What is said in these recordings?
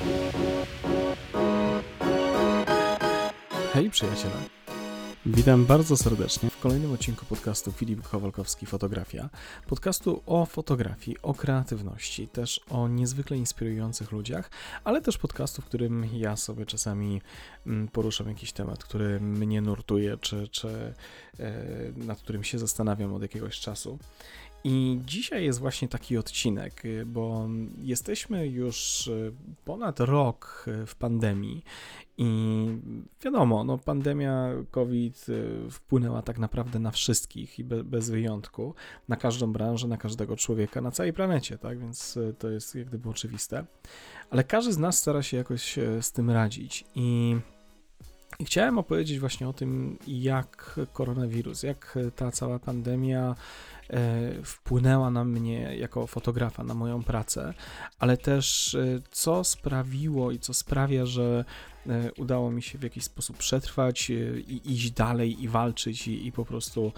Hej przyjaciele, witam bardzo serdecznie w kolejnym odcinku podcastu Filip Kowalkowski Fotografia. Podcastu o fotografii, o kreatywności, też o niezwykle inspirujących ludziach, ale też podcastu, w którym ja sobie czasami poruszam jakiś temat, który mnie nurtuje, czy nad którym się zastanawiam od jakiegoś czasu. I dzisiaj jest właśnie taki odcinek, bo jesteśmy już ponad rok w pandemii i wiadomo, pandemia COVID wpłynęła tak naprawdę na wszystkich i bez wyjątku, na każdą branżę, na każdego człowieka, na całej planecie, tak, więc to jest jak gdyby oczywiste, ale każdy z nas stara się jakoś z tym radzić i chciałem opowiedzieć właśnie o tym, jak koronawirus, jak ta cała pandemia wpłynęła na mnie jako fotografa, na moją pracę, ale też co sprawiło i co sprawia, że udało mi się w jakiś sposób przetrwać i iść dalej i walczyć i po prostu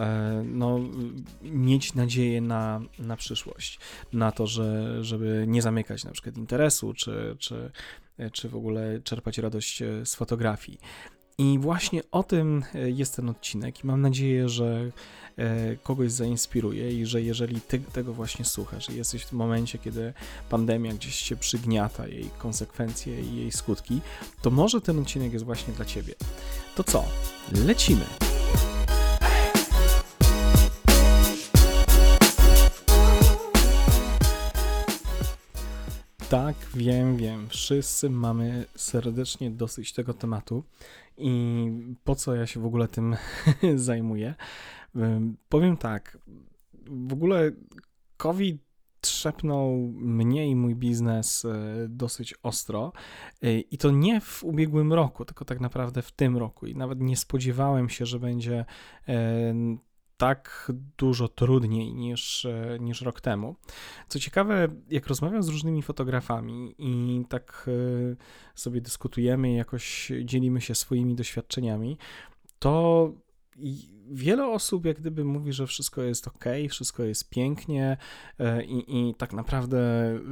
mieć nadzieję na przyszłość, na to, żeby nie zamykać na przykład interesu, czy w ogóle czerpać radość z fotografii. I właśnie o tym jest ten odcinek i mam nadzieję, że kogoś zainspiruje i że jeżeli ty tego właśnie słuchasz i jesteś w tym momencie, kiedy pandemia gdzieś się przygniata, jej konsekwencje i jej skutki, to może ten odcinek jest właśnie dla ciebie. To co? Lecimy! Tak, wiem, wszyscy mamy serdecznie dosyć tego tematu i po co ja się w ogóle tym zajmuję? Powiem tak, w ogóle COVID trzepnął mnie i mój biznes dosyć ostro i to nie w ubiegłym roku, tylko tak naprawdę w tym roku i nawet nie spodziewałem się, że będzie tak dużo trudniej niż rok temu. Co ciekawe, jak rozmawiam z różnymi fotografami i tak sobie dyskutujemy, jakoś dzielimy się swoimi doświadczeniami, to wiele osób jak gdyby mówi, że wszystko jest okej, wszystko jest pięknie i tak naprawdę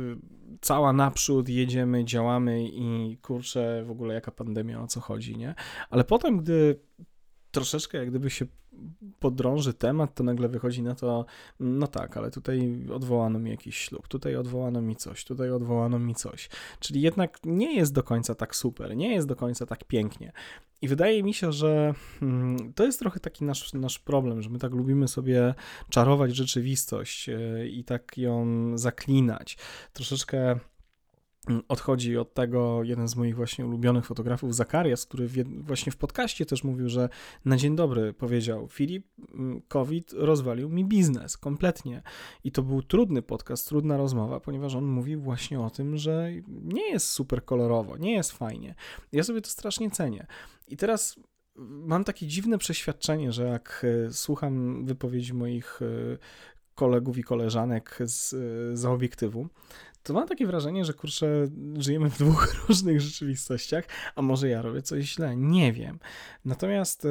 cała naprzód, jedziemy, działamy i kurczę, w ogóle jaka pandemia, o co chodzi, nie? Ale potem, gdy troszeczkę jak gdyby się podrąży temat, to nagle wychodzi na to, no tak, ale tutaj odwołano mi jakiś ślub, tutaj odwołano mi coś, tutaj odwołano mi coś. Czyli jednak nie jest do końca tak super, nie jest do końca tak pięknie. I wydaje mi się, że to jest trochę taki nasz problem, że my tak lubimy sobie czarować rzeczywistość i tak ją zaklinać. Troszeczkę odchodzi od tego jeden z moich właśnie ulubionych fotografów, Zakarias, który właśnie w podcaście też mówił, że na dzień dobry powiedział: Filip, COVID rozwalił mi biznes kompletnie. I to był trudny podcast, trudna rozmowa, ponieważ on mówił właśnie o tym, że nie jest super kolorowo, nie jest fajnie. Ja sobie to strasznie cenię. I teraz mam takie dziwne przeświadczenie, że jak słucham wypowiedzi moich kolegów i koleżanek za obiektywu, to mam takie wrażenie, że kurczę, żyjemy w dwóch różnych rzeczywistościach, a może ja robię coś źle, nie wiem. Natomiast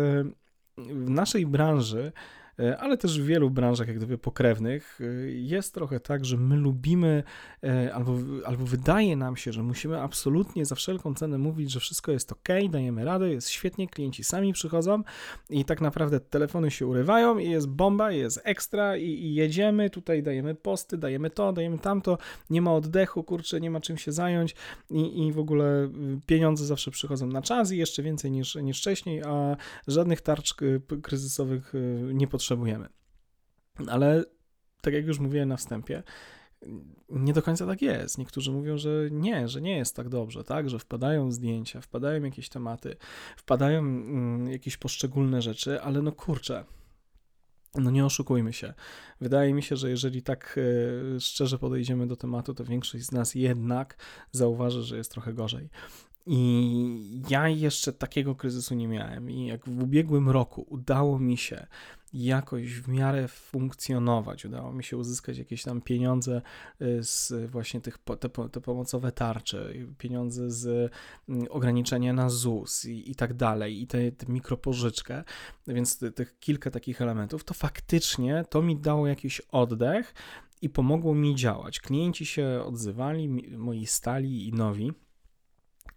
w naszej branży, ale też w wielu branżach jak gdyby pokrewnych, jest trochę tak, że my lubimy albo wydaje nam się, że musimy absolutnie za wszelką cenę mówić, że wszystko jest okej, dajemy radę, jest świetnie, klienci sami przychodzą i tak naprawdę telefony się urywają i jest bomba, jest ekstra i jedziemy, tutaj dajemy posty, dajemy to, dajemy tamto, nie ma oddechu, kurczę, nie ma czym się zająć i w ogóle pieniądze zawsze przychodzą na czas i jeszcze więcej niż wcześniej, a żadnych tarcz kryzysowych nie potrzebujemy. Ale tak jak już mówiłem na wstępie, nie do końca tak jest. Niektórzy mówią, że nie jest tak dobrze, tak? Że wpadają zdjęcia, wpadają jakieś tematy, wpadają jakieś poszczególne rzeczy, ale no kurczę, no nie oszukujmy się. Wydaje mi się, że jeżeli tak szczerze podejdziemy do tematu, to większość z nas jednak zauważy, że jest trochę gorzej. I ja jeszcze takiego kryzysu nie miałem i jak w ubiegłym roku udało mi się jakoś w miarę funkcjonować, udało mi się uzyskać jakieś tam pieniądze z właśnie te pomocowe tarcze, pieniądze z ograniczenia na ZUS i tak dalej, i tę mikropożyczkę, więc tych kilka takich elementów, to faktycznie to mi dało jakiś oddech i pomogło mi działać. Klienci się odzywali, moi stali i nowi,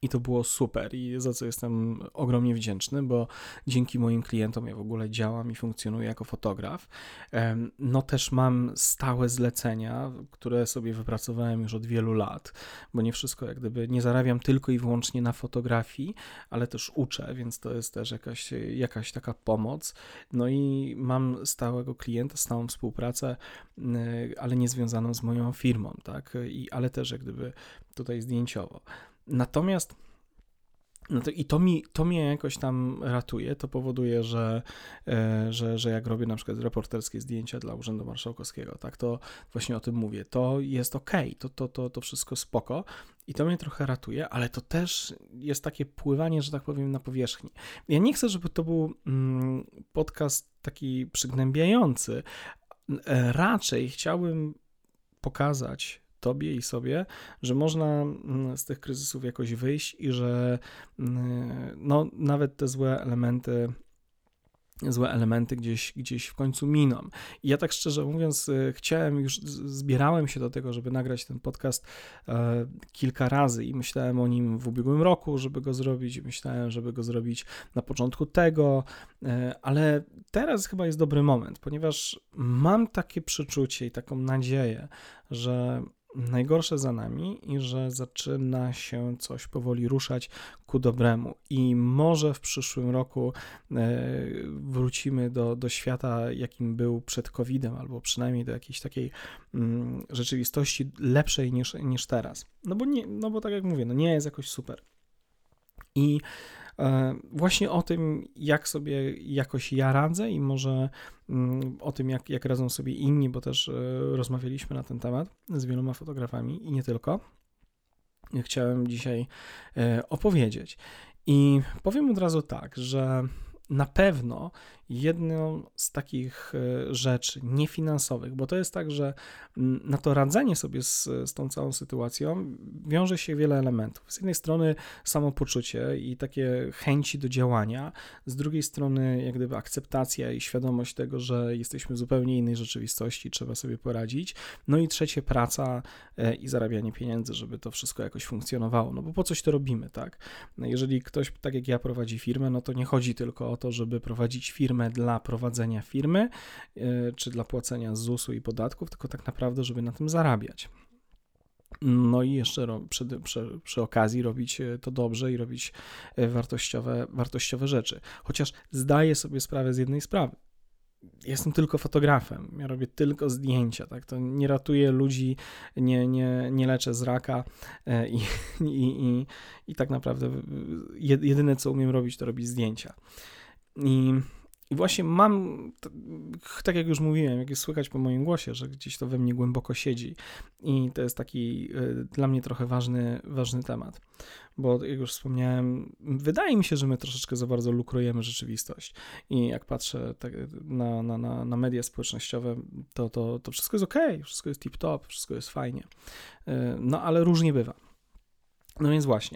I to było super i za co jestem ogromnie wdzięczny, bo dzięki moim klientom ja w ogóle działam i funkcjonuję jako fotograf. No też mam stałe zlecenia, które sobie wypracowałem już od wielu lat, bo nie wszystko jak gdyby, nie zarabiam tylko i wyłącznie na fotografii, ale też uczę, więc to jest też jakaś taka pomoc. No i mam stałego klienta, stałą współpracę, ale nie związaną z moją firmą, tak? Ale też jak gdyby tutaj zdjęciowo. Natomiast to mnie jakoś tam ratuje, to powoduje, że jak robię na przykład reporterskie zdjęcia dla Urzędu Marszałkowskiego, tak, to właśnie o tym mówię, to jest okej, to wszystko spoko i to mnie trochę ratuje, ale to też jest takie pływanie, że tak powiem, na powierzchni. Ja nie chcę, żeby to był podcast taki przygnębiający, raczej chciałbym pokazać Tobie i sobie, że można z tych kryzysów jakoś wyjść i że no, nawet te złe elementy gdzieś w końcu miną. I ja tak szczerze mówiąc zbierałem się do tego, żeby nagrać ten podcast kilka razy i myślałem o nim w ubiegłym roku, żeby go zrobić, myślałem, żeby go zrobić na początku tego, ale teraz chyba jest dobry moment, ponieważ mam takie przeczucie i taką nadzieję, że najgorsze za nami i że zaczyna się coś powoli ruszać ku dobremu i może w przyszłym roku wrócimy do świata, jakim był przed COVID-em, albo przynajmniej do jakiejś takiej rzeczywistości lepszej niż teraz. No bo tak jak mówię, no nie jest jakoś super. I właśnie o tym, jak sobie jakoś ja radzę i może o tym, jak radzą sobie inni, bo też rozmawialiśmy na ten temat z wieloma fotografami i nie tylko, chciałem dzisiaj opowiedzieć. I powiem od razu tak, że na pewno jedną z takich rzeczy niefinansowych, bo to jest tak, że na to radzenie sobie z tą całą sytuacją wiąże się wiele elementów. Z jednej strony samopoczucie i takie chęci do działania, z drugiej strony jak gdyby akceptacja i świadomość tego, że jesteśmy w zupełnie innej rzeczywistości, trzeba sobie poradzić. No i trzecie, praca i zarabianie pieniędzy, żeby to wszystko jakoś funkcjonowało, no bo po coś to robimy, tak? No jeżeli ktoś, tak jak ja, prowadzi firmę, no to nie chodzi tylko o to, żeby prowadzić firmę dla prowadzenia firmy, czy dla płacenia ZUS-u i podatków, tylko tak naprawdę, żeby na tym zarabiać. No i jeszcze przy okazji robić to dobrze i robić wartościowe rzeczy. Chociaż zdaję sobie sprawę z jednej sprawy. Jestem tylko fotografem, ja robię tylko zdjęcia, tak? To nie ratuję ludzi, nie leczę z raka i tak naprawdę jedyne, co umiem robić, to robić zdjęcia. I właśnie mam, tak jak już mówiłem, jak jest słychać po moim głosie, że gdzieś to we mnie głęboko siedzi i to jest taki dla mnie trochę ważny temat, bo jak już wspomniałem, wydaje mi się, że my troszeczkę za bardzo lukrujemy rzeczywistość i jak patrzę tak na media społecznościowe, to wszystko jest okej, wszystko jest tip-top, wszystko jest fajnie, no ale różnie bywa. No więc właśnie,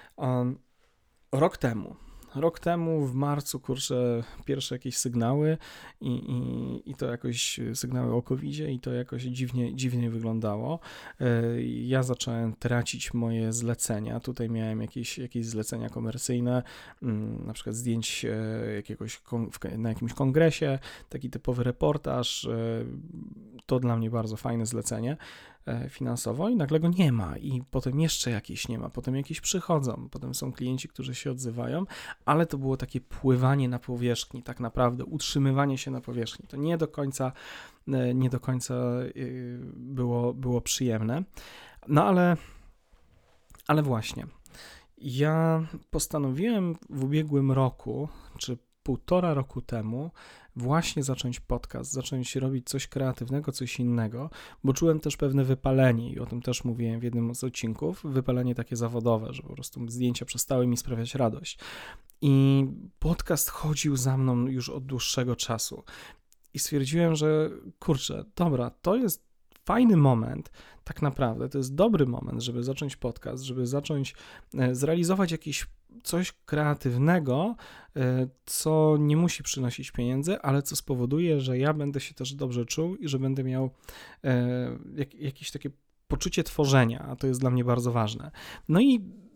Rok temu w marcu, pierwsze jakieś sygnały i to jakoś sygnały o COVID-zie i to jakoś dziwnie wyglądało. Ja zacząłem tracić moje zlecenia. Tutaj miałem jakieś zlecenia komercyjne, na przykład zdjęć na jakimś kongresie, taki typowy reportaż. To dla mnie bardzo fajne zlecenie finansowo i nagle go nie ma i potem jeszcze jakieś nie ma, potem jakieś przychodzą, potem są klienci, którzy się odzywają, ale to było takie pływanie na powierzchni, tak naprawdę utrzymywanie się na powierzchni. To nie do końca było przyjemne, no ale właśnie, ja postanowiłem w ubiegłym roku, czy 1,5 roku temu właśnie zacząć podcast, zacząć robić coś kreatywnego, coś innego, bo czułem też pewne wypalenie i o tym też mówiłem w jednym z odcinków, wypalenie takie zawodowe, że po prostu zdjęcia przestały mi sprawiać radość. I podcast chodził za mną już od dłuższego czasu i stwierdziłem, że kurczę, dobra, to jest fajny moment, tak naprawdę, to jest dobry moment, żeby zacząć podcast, żeby zacząć zrealizować coś kreatywnego, co nie musi przynosić pieniędzy, ale co spowoduje, że ja będę się też dobrze czuł i że będę miał jakieś takie poczucie tworzenia, a to jest dla mnie bardzo ważne. No i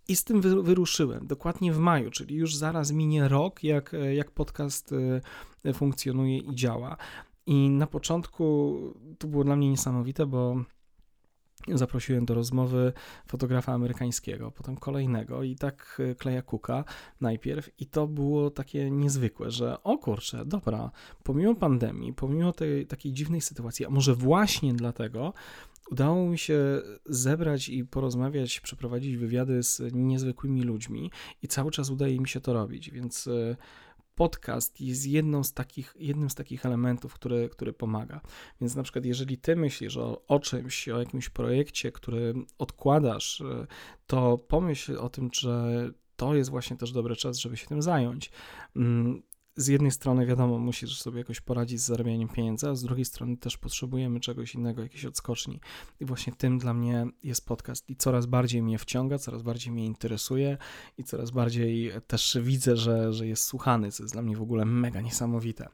I z tym wyruszyłem, dokładnie w maju, czyli już zaraz minie rok, jak podcast funkcjonuje i działa. I na początku to było dla mnie niesamowite, bo zaprosiłem do rozmowy fotografa amerykańskiego, potem kolejnego i tak Kleja Cooka najpierw i to było takie niezwykłe, że o kurczę, dobra, pomimo pandemii, pomimo tej takiej dziwnej sytuacji, a może właśnie dlatego udało mi się zebrać i porozmawiać, przeprowadzić wywiady z niezwykłymi ludźmi i cały czas udaje mi się to robić, więc podcast jest jednym z takich elementów, który pomaga. Więc na przykład jeżeli ty myślisz o czymś, o jakimś projekcie, który odkładasz, to pomyśl o tym, że to jest właśnie też dobry czas, żeby się tym zająć. Z jednej strony wiadomo, musisz sobie jakoś poradzić z zarabianiem pieniędzy, a z drugiej strony też potrzebujemy czegoś innego, jakiejś odskoczni. I właśnie tym dla mnie jest podcast i coraz bardziej mnie wciąga, coraz bardziej mnie interesuje i coraz bardziej też widzę, że jest słuchany, co jest dla mnie w ogóle mega niesamowite.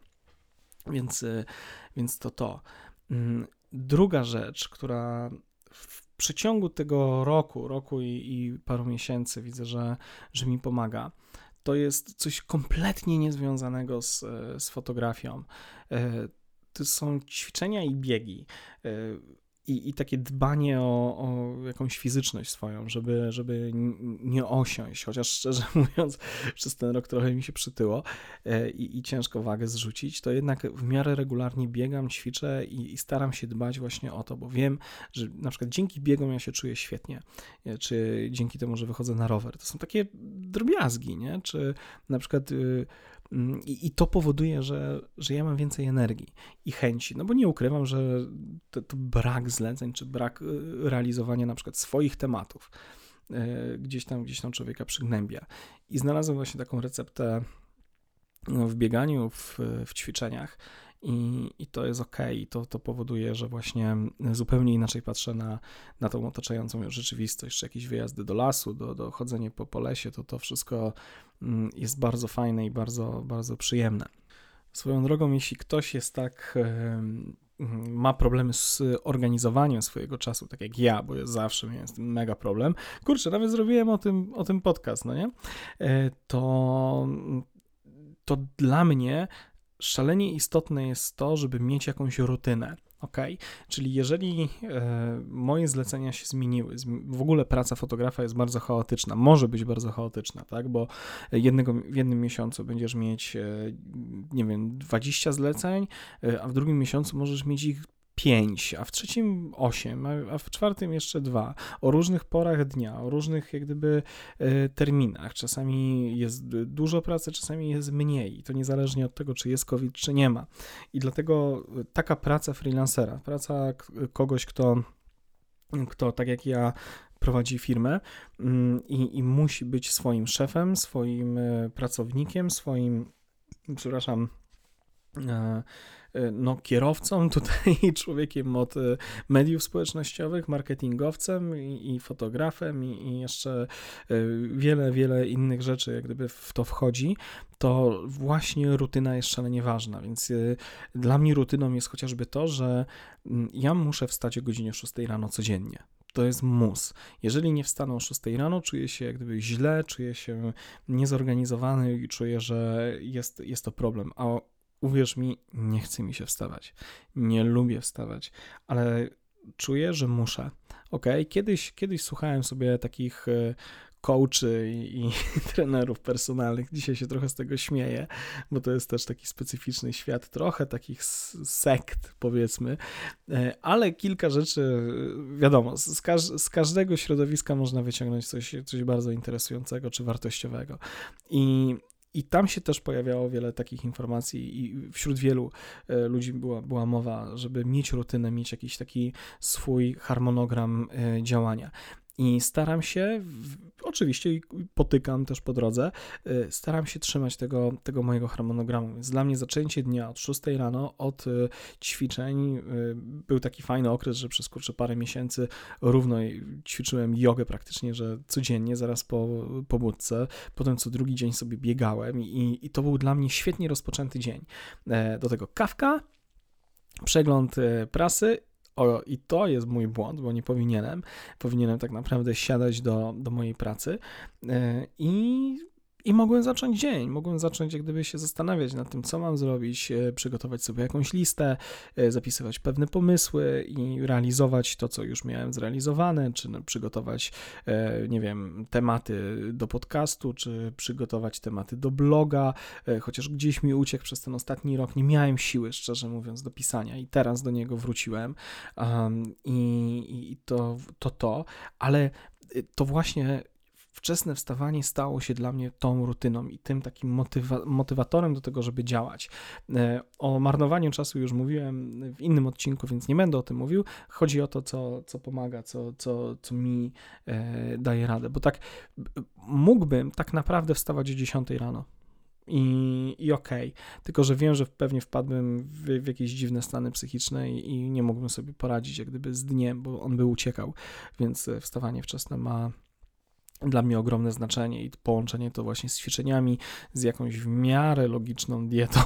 Więc to. Druga rzecz, która w przeciągu tego roku i paru miesięcy widzę, że mi pomaga, to jest coś kompletnie niezwiązanego z fotografią. To są ćwiczenia i biegi i takie dbanie o jakąś fizyczność swoją, żeby nie osiąść, chociaż szczerze mówiąc przez ten rok trochę mi się przytyło i ciężko wagę zrzucić, to jednak w miarę regularnie biegam, ćwiczę i staram się dbać właśnie o to, bo wiem, że na przykład dzięki biegom ja się czuję świetnie, czy dzięki temu, że wychodzę na rower. To są takie drobiazgi, nie? Czy na przykład i to powoduje, że ja mam więcej energii i chęci, no bo nie ukrywam, że to brak zleceń, czy brak realizowania na przykład swoich tematów gdzieś tam człowieka przygnębia. I znalazłem właśnie taką receptę w bieganiu, w ćwiczeniach i to jest okej. To powoduje, że właśnie zupełnie inaczej patrzę na tą otaczającą rzeczywistość, czy jakieś wyjazdy do lasu, do chodzenia po lesie, to wszystko jest bardzo fajne i bardzo, bardzo przyjemne. Swoją drogą, jeśli ktoś jest ma problemy z organizowaniem swojego czasu, tak jak ja, bo ja zawsze miałem z tym mega problem. Kurczę, nawet zrobiłem o tym podcast, no nie? To dla mnie szalenie istotne jest to, żeby mieć jakąś rutynę, ok? Czyli jeżeli moje zlecenia się zmieniły, w ogóle praca fotografa jest bardzo chaotyczna, może być bardzo chaotyczna, tak? Bo w jednym miesiącu będziesz mieć, nie wiem, 20 zleceń, a w drugim miesiącu możesz mieć ich 5, a w trzecim 8, a w czwartym jeszcze 2, o różnych porach dnia, o różnych jak gdyby terminach. Czasami jest dużo pracy, czasami jest mniej i to niezależnie od tego, czy jest COVID, czy nie ma. I dlatego taka praca freelancera, praca kogoś, kto tak jak ja prowadzi firmę i musi być swoim szefem, swoim pracownikiem, kierowcą tutaj, człowiekiem od mediów społecznościowych, marketingowcem i fotografem i jeszcze wiele, wiele innych rzeczy jak gdyby w to wchodzi, to właśnie rutyna jest szalenie ważna, więc dla mnie rutyną jest chociażby to, że ja muszę wstać o godzinie 6 rano codziennie. To jest mus. Jeżeli nie wstanę o 6 rano, czuję się jak gdyby źle, czuję się niezorganizowany i czuję, że jest to problem, a uwierz mi, nie chce mi się wstawać. Nie lubię wstawać, ale czuję, że muszę. Okej, kiedyś słuchałem sobie takich coachy i trenerów personalnych. Dzisiaj się trochę z tego śmieję, bo to jest też taki specyficzny świat, trochę takich sekt, powiedzmy, ale kilka rzeczy, wiadomo, z każdego środowiska można wyciągnąć coś bardzo interesującego czy wartościowego. I tam się też pojawiało wiele takich informacji i wśród wielu ludzi była mowa, żeby mieć rutynę, mieć jakiś taki swój harmonogram działania. I staram się, oczywiście potykam też po drodze, staram się trzymać tego mojego harmonogramu. Więc dla mnie zaczęcie dnia od 6 rano, od ćwiczeń, był taki fajny okres, że przez parę miesięcy równo ćwiczyłem jogę praktycznie, że codziennie, zaraz po pobudce, potem co drugi dzień sobie biegałem i to był dla mnie świetnie rozpoczęty dzień. Do tego kawka, przegląd prasy, I to jest mój błąd, bo nie powinienem. Powinienem tak naprawdę siadać do mojej pracy i mogłem zacząć dzień, mogłem zacząć jak gdyby się zastanawiać nad tym, co mam zrobić, przygotować sobie jakąś listę, zapisywać pewne pomysły i realizować to, co już miałem zrealizowane, czy przygotować, nie wiem, tematy do podcastu, czy przygotować tematy do bloga, chociaż gdzieś mi uciekł przez ten ostatni rok, nie miałem siły, szczerze mówiąc, do pisania i teraz do niego wróciłem i ale to właśnie wczesne wstawanie stało się dla mnie tą rutyną i tym takim motywatorem do tego, żeby działać. O marnowaniu czasu już mówiłem w innym odcinku, więc nie będę o tym mówił. Chodzi o to, co pomaga, co mi daje radę, bo tak mógłbym tak naprawdę wstawać o 10 rano. I okej, tylko że wiem, że pewnie wpadłbym w jakieś dziwne stany psychiczne i nie mógłbym sobie poradzić jak gdyby z dniem, bo on by uciekał, więc wstawanie wczesne ma dla mnie ogromne znaczenie i połączenie to właśnie z ćwiczeniami, z jakąś w miarę logiczną dietą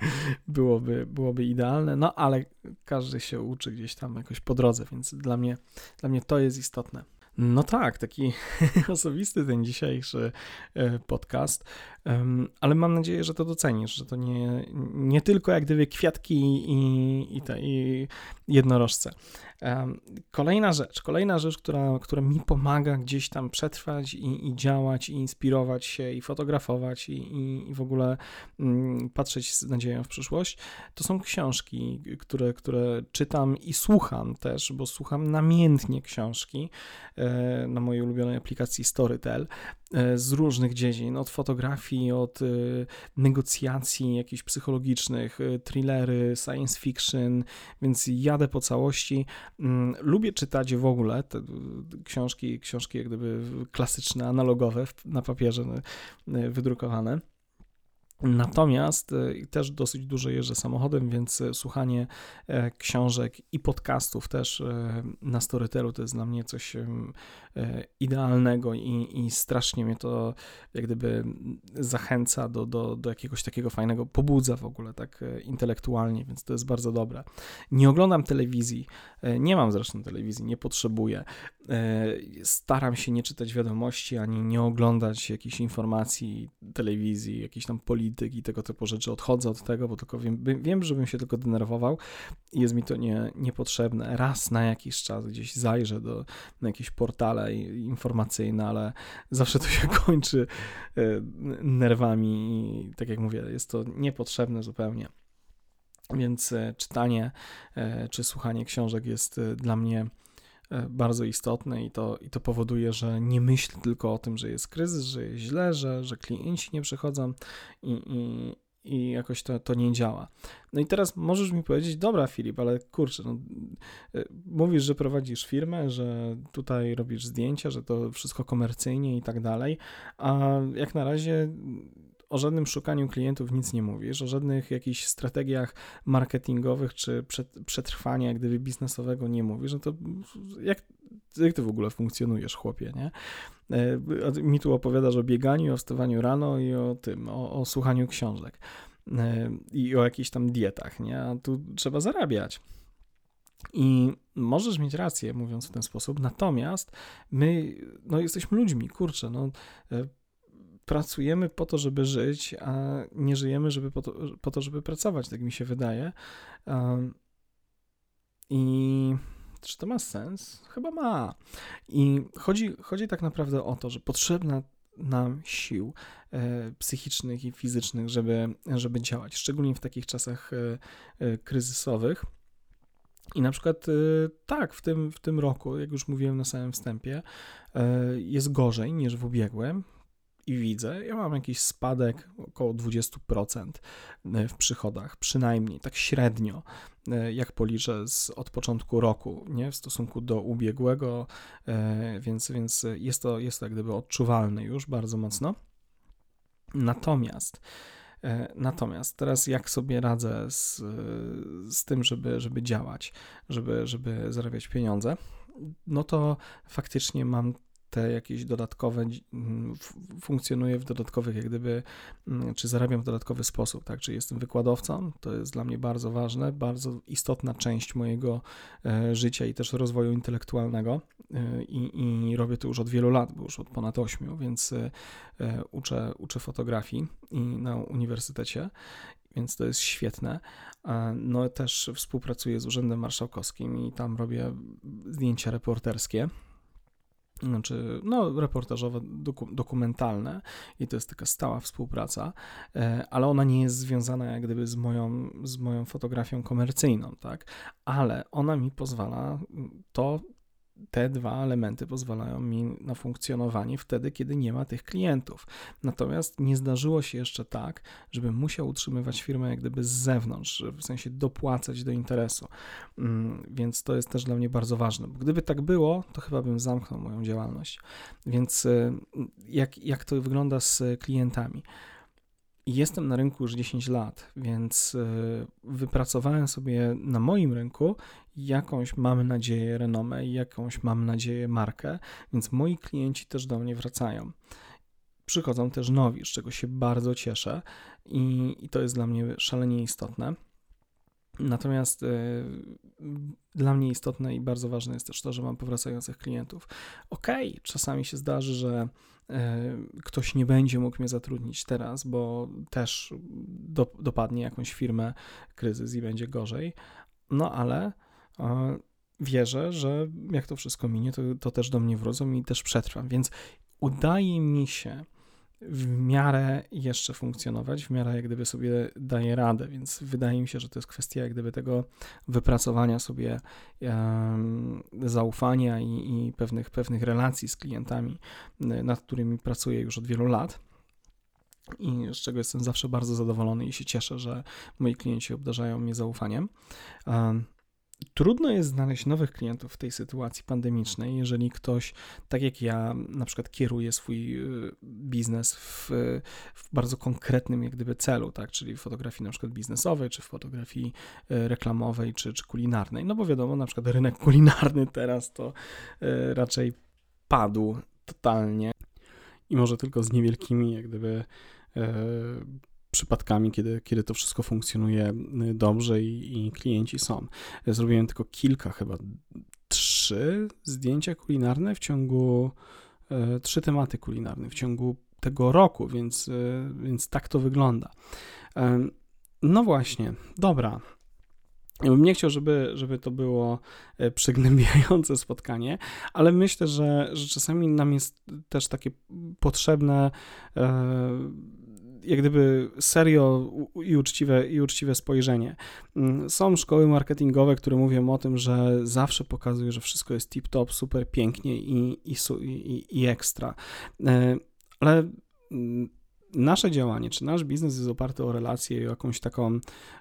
byłoby idealne, no ale każdy się uczy gdzieś tam jakoś po drodze, więc dla mnie to jest istotne. No tak, taki osobisty ten dzisiejszy podcast, ale mam nadzieję, że to docenisz, że to nie tylko jak gdyby kwiatki i jednorożce. Kolejna rzecz, która mi pomaga gdzieś tam przetrwać i działać, i inspirować się, i fotografować, i w ogóle patrzeć z nadzieją w przyszłość, to są książki, które czytam i słucham też, bo słucham namiętnie książki na mojej ulubionej aplikacji Storytel z różnych dziedzin, od fotografii, od negocjacji jakichś psychologicznych, thrillery, science fiction, więc jadę po całości. Lubię czytać w ogóle te książki jak gdyby klasyczne, analogowe, na papierze wydrukowane. Natomiast też dosyć dużo jeżdżę samochodem, więc słuchanie książek i podcastów też na Storytelu to jest dla mnie coś idealnego i strasznie mnie to jak gdyby zachęca do jakiegoś takiego fajnego, pobudza w ogóle tak intelektualnie, więc to jest bardzo dobre. Nie oglądam telewizji, nie mam zresztą telewizji, nie potrzebuję. Staram się nie czytać wiadomości, ani nie oglądać jakichś informacji, telewizji, jakiejś tam polityki, tego typu rzeczy. Odchodzę od tego, bo tylko wiem, żebym się tylko denerwował i jest mi to niepotrzebne. Raz na jakiś czas gdzieś zajrzę na jakieś portale informacyjne, ale zawsze to się kończy nerwami i tak jak mówię, jest to niepotrzebne zupełnie. Więc czytanie czy słuchanie książek jest dla mnie bardzo istotne i to powoduje, że nie myślę tylko o tym, że jest kryzys, że jest źle, że klienci nie przychodzą i jakoś to nie działa. No i teraz możesz mi powiedzieć, dobra Filip, ale kurczę, no, mówisz, że prowadzisz firmę, że tutaj robisz zdjęcia, że to wszystko komercyjnie i tak dalej, a jak na razie o żadnym szukaniu klientów nic nie mówisz, o żadnych jakichś strategiach marketingowych czy przetrwania jak gdyby biznesowego nie mówisz, no to jak ty w ogóle funkcjonujesz, chłopie, nie? Mi tu opowiadasz o bieganiu, o wstawaniu rano i o słuchaniu książek i o jakichś tam dietach, nie? A tu trzeba zarabiać. I możesz mieć rację, mówiąc w ten sposób, natomiast my, jesteśmy ludźmi, kurczę, pracujemy po to, żeby żyć, a nie żyjemy po to, żeby pracować, tak mi się wydaje. I czy to ma sens? Chyba ma. I chodzi tak naprawdę o to, że potrzebna nam sił psychicznych i fizycznych, żeby działać, szczególnie w takich czasach kryzysowych. I na przykład tak, w tym roku, jak już mówiłem na samym wstępie, jest gorzej niż w ubiegłym. I widzę, ja mam jakiś spadek około 20% w przychodach, przynajmniej tak średnio, jak policzę od początku roku, nie, w stosunku do ubiegłego, więc jest to jak gdyby odczuwalne już bardzo mocno. Natomiast teraz jak sobie radzę z tym, żeby działać, żeby zarabiać pieniądze, no to faktycznie mam te jakieś dodatkowe, funkcjonuję w dodatkowych, jak gdyby, czy zarabiam w dodatkowy sposób, tak, czy jestem wykładowcą, to jest dla mnie bardzo ważne, bardzo istotna część mojego życia i też rozwoju intelektualnego i robię to już od wielu lat, bo już od ponad 8, więc uczę fotografii i na uniwersytecie, więc to jest świetne. No też współpracuję z Urzędem Marszałkowskim i tam robię zdjęcia reporterskie, znaczy, reportażowe, dokumentalne i to jest taka stała współpraca, ale ona nie jest związana jak gdyby z moją fotografią komercyjną, tak, ale ona mi pozwala, te dwa elementy pozwalają mi na funkcjonowanie wtedy, kiedy nie ma tych klientów. Natomiast nie zdarzyło się jeszcze tak, żebym musiał utrzymywać firmę jak gdyby z zewnątrz, w sensie dopłacać do interesu. Więc to jest też dla mnie bardzo ważne, bo gdyby tak było, to chyba bym zamknął moją działalność. Więc jak to wygląda z klientami? Jestem na rynku już 10 lat, więc wypracowałem sobie na moim rynku jakąś, mam nadzieję, renomę i jakąś, mam nadzieję, markę, więc moi klienci też do mnie wracają. Przychodzą też nowi, z czego się bardzo cieszę i to jest dla mnie szalenie istotne. Natomiast dla mnie istotne i bardzo ważne jest też to, że mam powracających klientów. Czasami się zdarzy, że ktoś nie będzie mógł mnie zatrudnić teraz, bo też dopadnie jakąś firmę kryzys i będzie gorzej, ale wierzę, że jak to wszystko minie, to też do mnie wrócą i też przetrwam, więc udaje mi się w miarę jeszcze funkcjonować, w miarę jak gdyby sobie daję radę, więc wydaje mi się, że to jest kwestia jak gdyby tego wypracowania sobie zaufania i pewnych relacji z klientami, nad którymi pracuję już od wielu lat i z czego jestem zawsze bardzo zadowolony i się cieszę, że moi klienci obdarzają mnie zaufaniem. Trudno jest znaleźć nowych klientów w tej sytuacji pandemicznej, jeżeli ktoś, tak jak ja, na przykład kieruje swój biznes w bardzo konkretnym jak gdyby celu, tak, czyli w fotografii na przykład biznesowej, czy w fotografii reklamowej, czy kulinarnej, no bo wiadomo, na przykład rynek kulinarny teraz to raczej padł totalnie i może tylko z niewielkimi jak gdyby przypadkami, kiedy to wszystko funkcjonuje dobrze i klienci są. Zrobiłem tylko chyba 3 zdjęcia kulinarne w ciągu 3 tematy kulinarne w ciągu tego roku, więc tak to wygląda. No właśnie, dobra. Ja bym nie chciał, żeby to było przygnębiające spotkanie, ale myślę, że czasami nam jest też takie potrzebne jak gdyby serio i uczciwe spojrzenie. Są szkoły marketingowe, które mówią o tym, że zawsze pokazują, że wszystko jest tip-top, super pięknie i ekstra. Ale nasze działanie, czy nasz biznes jest oparty o relacje i jakąś taką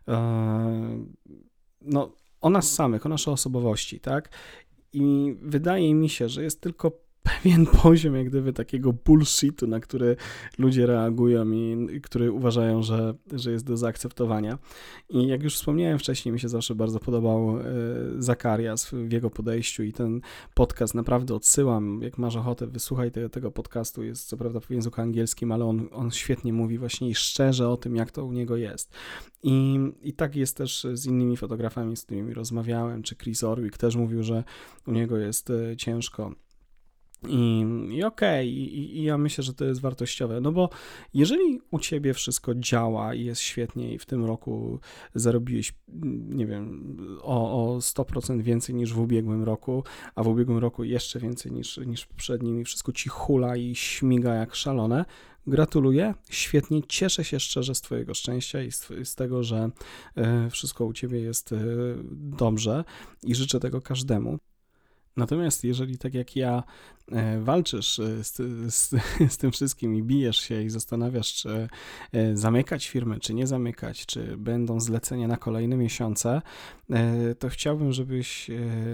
o nas samych, o naszej osobowości, tak? I wydaje mi się, że jest tylko pewien poziom jak gdyby takiego bullshitu, na który ludzie reagują i który uważają, że jest do zaakceptowania. I jak już wspomniałem wcześniej, mi się zawsze bardzo podobał Zakarias w jego podejściu i ten podcast naprawdę odsyłam, jak masz ochotę, wysłuchaj tego podcastu, jest co prawda w języku angielskim, ale on świetnie mówi właśnie i szczerze o tym, jak to u niego jest. I tak jest też z innymi fotografami, z którymi rozmawiałem, czy Chris Orwick też mówił, że u niego jest ciężko. I okej, i ja myślę, że to jest wartościowe, no bo jeżeli u ciebie wszystko działa i jest świetnie i w tym roku zarobiłeś, nie wiem, o 100% więcej niż w ubiegłym roku, a w ubiegłym roku jeszcze więcej niż w poprzednim i wszystko ci hula i śmiga jak szalone, gratuluję, świetnie, cieszę się szczerze z twojego szczęścia i z tego, że wszystko u ciebie jest dobrze i życzę tego każdemu. Natomiast jeżeli tak jak ja walczysz z tym wszystkim i bijesz się i zastanawiasz, czy zamykać firmę, czy nie zamykać, czy będą zlecenia na kolejne miesiące, to chciałbym, żebyś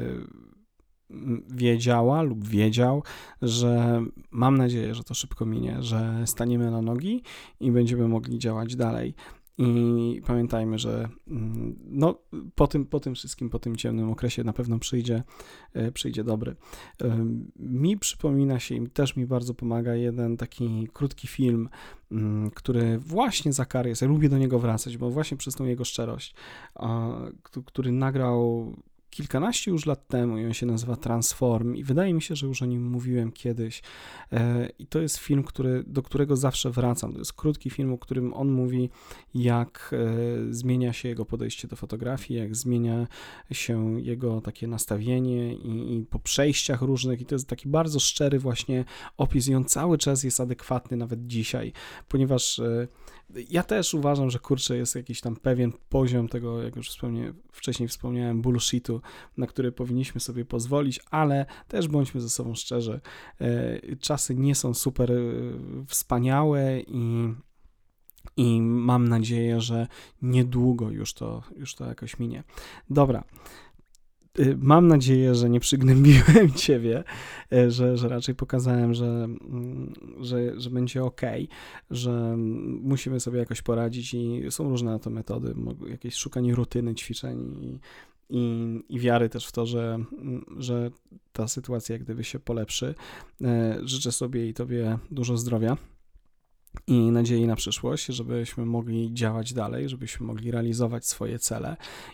wiedziała lub wiedział, że mam nadzieję, że to szybko minie, że staniemy na nogi i będziemy mogli działać dalej. i pamiętajmy, że no, po tym wszystkim, po tym ciemnym okresie na pewno przyjdzie dobry. Mi przypomina się i też mi bardzo pomaga jeden taki krótki film, który właśnie Zacharias, ja lubię do niego wracać, bo właśnie przez tą jego szczerość, który nagrał kilkanaście już lat temu i on się nazywa Transform i wydaje mi się, że już o nim mówiłem kiedyś i to jest film, do którego zawsze wracam. To jest krótki film, o którym on mówi, jak zmienia się jego podejście do fotografii, jak zmienia się jego takie nastawienie i po przejściach różnych i to jest taki bardzo szczery właśnie opis i on cały czas jest adekwatny nawet dzisiaj, ponieważ ja też uważam, że kurczę jest jakiś tam pewien poziom tego, jak już wcześniej wspomniałem, bullshitu, na który powinniśmy sobie pozwolić, ale też bądźmy ze sobą szczerzy. Czasy nie są super wspaniałe i mam nadzieję, że niedługo już to jakoś minie. Dobra. Mam nadzieję, że nie przygnębiłem Ciebie, że raczej pokazałem, że będzie ok, że musimy sobie jakoś poradzić i są różne na to metody, jakieś szukanie rutyny, ćwiczeń i wiary też w to, że ta sytuacja jak gdyby się polepszy. Życzę sobie i Tobie dużo zdrowia i nadziei na przyszłość, żebyśmy mogli działać dalej, żebyśmy mogli realizować swoje cele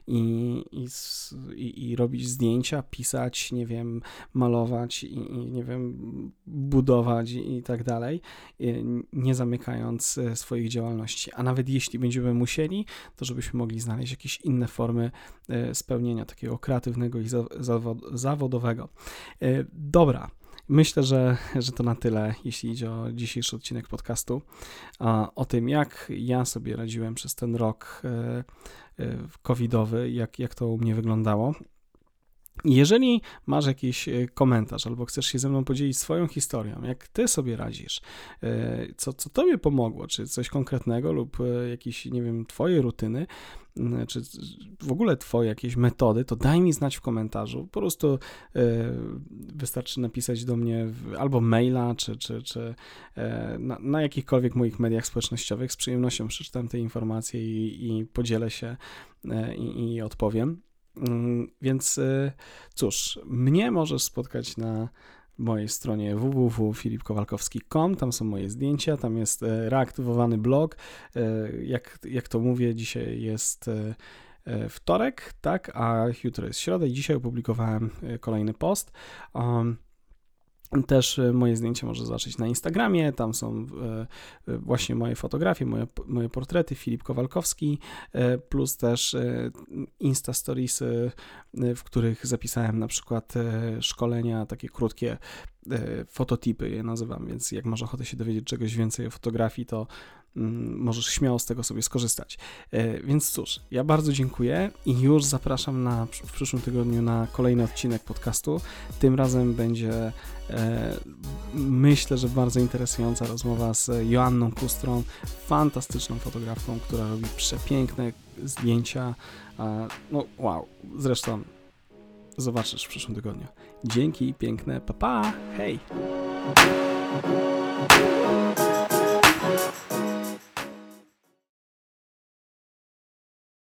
i robić zdjęcia, pisać, nie wiem, malować i nie wiem, budować i tak dalej, nie zamykając swoich działalności. A nawet jeśli będziemy musieli, to żebyśmy mogli znaleźć jakieś inne formy spełnienia takiego kreatywnego i zawodowego. Dobra. Myślę, że to na tyle, jeśli idzie o dzisiejszy odcinek podcastu, o tym, jak ja sobie radziłem przez ten rok covidowy, jak to u mnie wyglądało. Jeżeli masz jakiś komentarz albo chcesz się ze mną podzielić swoją historią, jak ty sobie radzisz, co tobie pomogło, czy coś konkretnego lub jakieś, nie wiem, twoje rutyny, czy w ogóle twoje jakieś metody, to daj mi znać w komentarzu. Po prostu wystarczy napisać do mnie albo maila, czy na jakichkolwiek moich mediach społecznościowych. Z przyjemnością przeczytam te informacje i podzielę się i odpowiem. Więc cóż, mnie możesz spotkać na mojej stronie www.filipkowalkowski.com, tam są moje zdjęcia, tam jest reaktywowany blog, jak to mówię, dzisiaj jest wtorek, tak, a jutro jest środa i dzisiaj opublikowałem kolejny post. Też moje zdjęcia można zobaczyć na Instagramie, tam są właśnie moje fotografie, moje portrety, Filip Kowalkowski, plus też Insta Storiesy, w których zapisałem na przykład szkolenia, takie krótkie fototipy je nazywam, więc jak masz ochotę się dowiedzieć czegoś więcej o fotografii, to możesz śmiało z tego sobie skorzystać. Więc cóż, ja bardzo dziękuję i już zapraszam w przyszłym tygodniu na kolejny odcinek podcastu. Tym razem będzie myślę, że bardzo interesująca rozmowa z Joanną Kustrą, fantastyczną fotografką, która robi przepiękne zdjęcia. No wow, zresztą zobaczysz w przyszłym tygodniu. Dzięki, piękne, pa pa, hej!